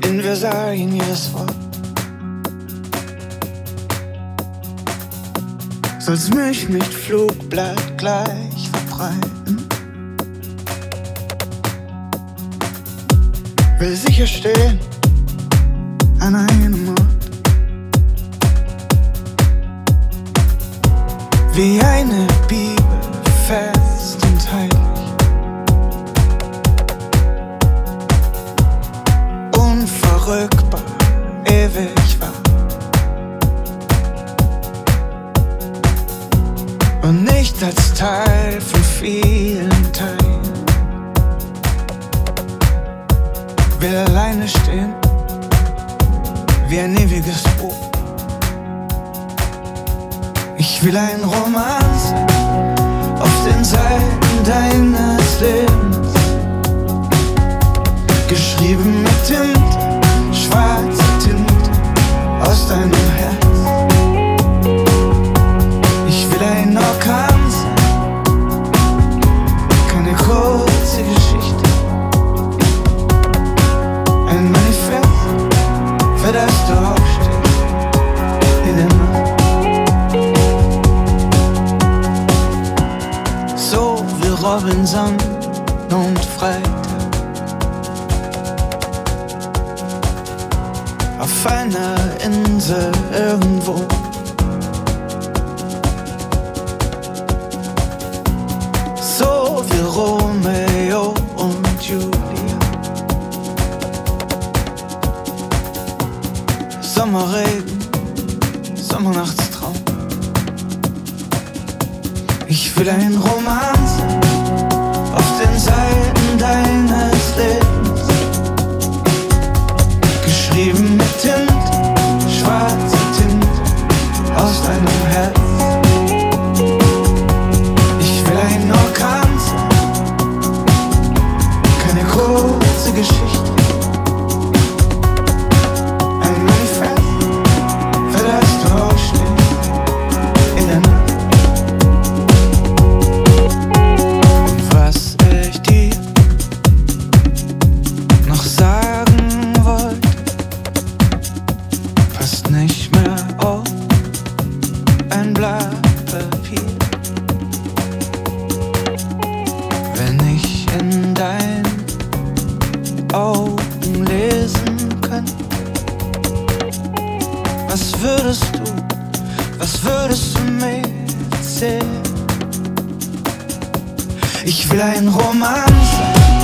in Versalien jedes Wort. Soll's mich mit Flugblatt gleich verbreiten. Will sicher stehen an einem Ort, wie eine Bibel, fest und heilig, unverrückbar, ewig wahr und nicht als Teil von vielen Teilen. Will alleine stehen, wie ein ewiges Buch. Ich will ein Roman sein, auf den Seiten deines Lebens, geschrieben mit Tinte, schwarze Tinte aus deinem Herz. Ich will ein Orkan sein, keine kurze Geschichte, ein Manifest, für das du aufstehst in der Nacht. So wie Robinson und Freitag auf einer Insel irgendwo. So wie Romeo und Julia. Sommerregen, Sommernachtstraum. Ich will ein Roman sein, auf den Seiten deines Lebens, geschrieben mit Tinte, schwarze Tinte aus deinem Herz. Ich will ein Orkan sein, keine kurze Geschichte, ein Manifest, für das du aufstehst in der Nacht. Und was ich dir noch sagen wollte, passt nicht mehr auf ein Blatt Papier. Wenn ich in deinen Augen lesen könnte, was würdest du mir erzählen? Ich will ein Roman sein,